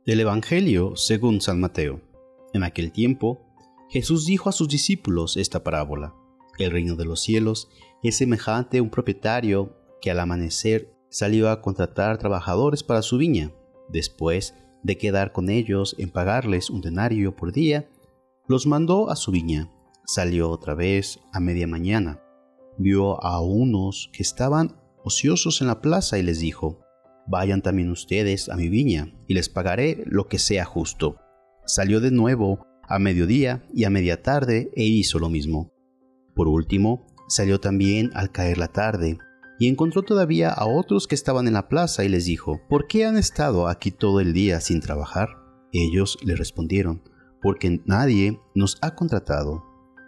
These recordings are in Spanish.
Del Evangelio según San Mateo. En aquel tiempo, Jesús dijo a sus discípulos esta parábola. El reino de los cielos es semejante a un propietario que al amanecer salió a contratar trabajadores para su viña. Después de quedar con ellos en pagarles un denario por día, los mandó a su viña. Salió otra vez a media mañana. Vio a unos que estaban ociosos en la plaza y les dijo: «Vayan también ustedes a mi viña, y les pagaré lo que sea justo». Salió de nuevo a mediodía y a media tarde e hizo lo mismo. Por último, salió también al caer la tarde, y encontró todavía a otros que estaban en la plaza y les dijo: «¿Por qué han estado aquí todo el día sin trabajar?». Ellos le respondieron: «Porque nadie nos ha contratado».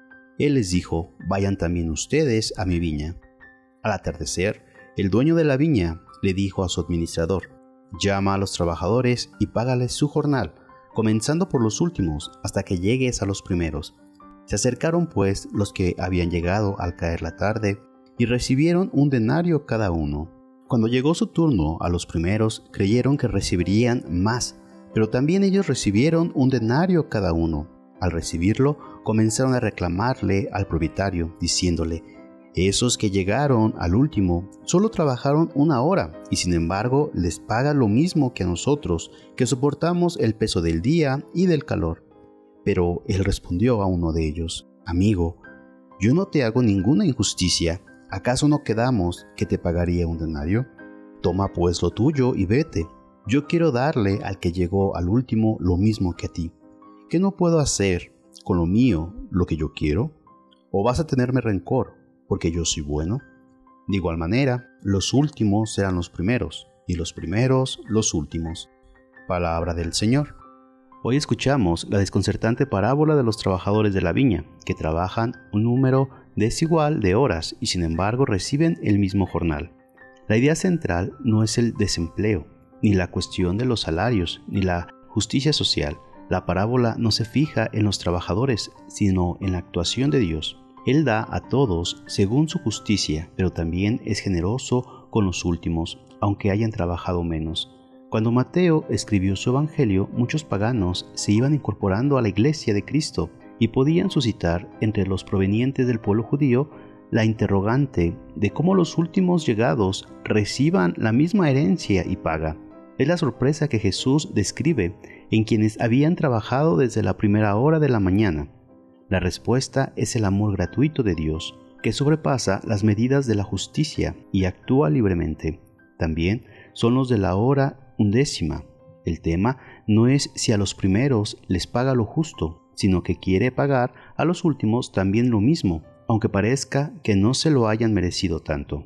Él les dijo: «Vayan también ustedes a mi viña». Al atardecer, el dueño de la viña le dijo a su administrador: «Llama a los trabajadores y págales su jornal, comenzando por los últimos hasta que llegues a los primeros». Se acercaron pues los que habían llegado al caer la tarde y recibieron un denario cada uno. Cuando llegó su turno a los primeros, creyeron que recibirían más, pero también ellos recibieron un denario cada uno. Al recibirlo, comenzaron a reclamarle al propietario, diciéndole: «Esos que llegaron al último solo trabajaron 1 hora, y sin embargo les paga lo mismo que a nosotros, que soportamos el peso del día y del calor». Pero él respondió a uno de ellos: «Amigo, yo no te hago ninguna injusticia. ¿Acaso no quedamos que te pagaría un denario? Toma pues lo tuyo y vete. Yo quiero darle al que llegó al último lo mismo que a ti. ¿Qué no puedo hacer con lo mío lo que yo quiero? ¿O vas a tenerme rencor porque yo soy bueno? De igual manera, los últimos serán los primeros, y los primeros los últimos». Palabra del Señor. Hoy escuchamos la desconcertante parábola de los trabajadores de la viña, que trabajan un número desigual de horas y sin embargo reciben el mismo jornal. La idea central no es el desempleo, ni la cuestión de los salarios, ni la justicia social. La parábola no se fija en los trabajadores, sino en la actuación de Dios. Él da a todos según su justicia, pero también es generoso con los últimos, aunque hayan trabajado menos. Cuando Mateo escribió su evangelio, muchos paganos se iban incorporando a la iglesia de Cristo y podían suscitar entre los provenientes del pueblo judío la interrogante de cómo los últimos llegados reciban la misma herencia y paga. Es la sorpresa que Jesús describe en quienes habían trabajado desde la primera hora de la mañana. La respuesta es el amor gratuito de Dios, que sobrepasa las medidas de la justicia y actúa libremente. También son los de la hora undécima. El tema no es si a los primeros les paga lo justo, sino que quiere pagar a los últimos también lo mismo, aunque parezca que no se lo hayan merecido tanto.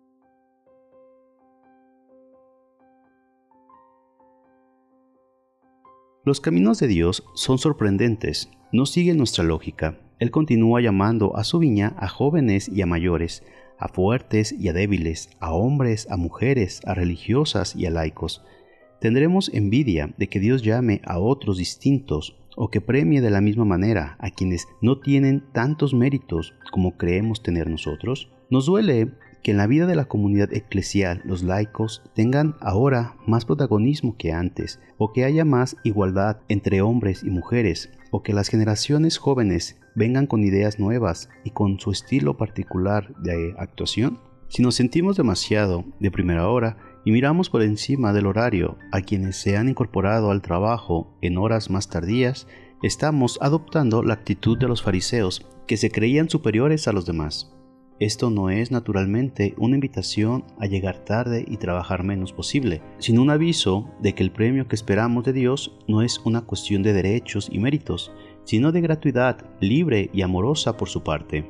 Los caminos de Dios son sorprendentes, no siguen nuestra lógica. Él continúa llamando a su viña a jóvenes y a mayores, a fuertes y a débiles, a hombres, a mujeres, a religiosas y a laicos. ¿Tendremos envidia de que Dios llame a otros distintos o que premie de la misma manera a quienes no tienen tantos méritos como creemos tener nosotros? Nos duele que en la vida de la comunidad eclesial los laicos tengan ahora más protagonismo que antes, o que haya más igualdad entre hombres y mujeres, o que las generaciones jóvenes vengan con ideas nuevas y con su estilo particular de actuación. Si nos sentimos demasiado de primera hora y miramos por encima del horario a quienes se han incorporado al trabajo en horas más tardías, estamos adoptando la actitud de los fariseos, que se creían superiores a los demás. Esto no es naturalmente una invitación a llegar tarde y trabajar menos posible, sino un aviso de que el premio que esperamos de Dios no es una cuestión de derechos y méritos, sino de gratuidad libre y amorosa por su parte.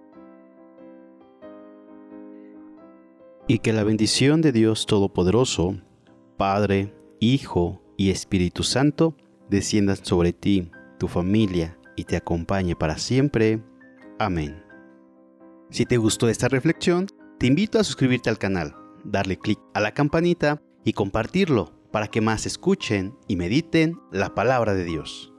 Y que la bendición de Dios Todopoderoso, Padre, Hijo y Espíritu Santo, desciendan sobre ti, tu familia y te acompañe para siempre. Amén. Si te gustó esta reflexión, te invito a suscribirte al canal, darle clic a la campanita y compartirlo para que más escuchen y mediten la palabra de Dios.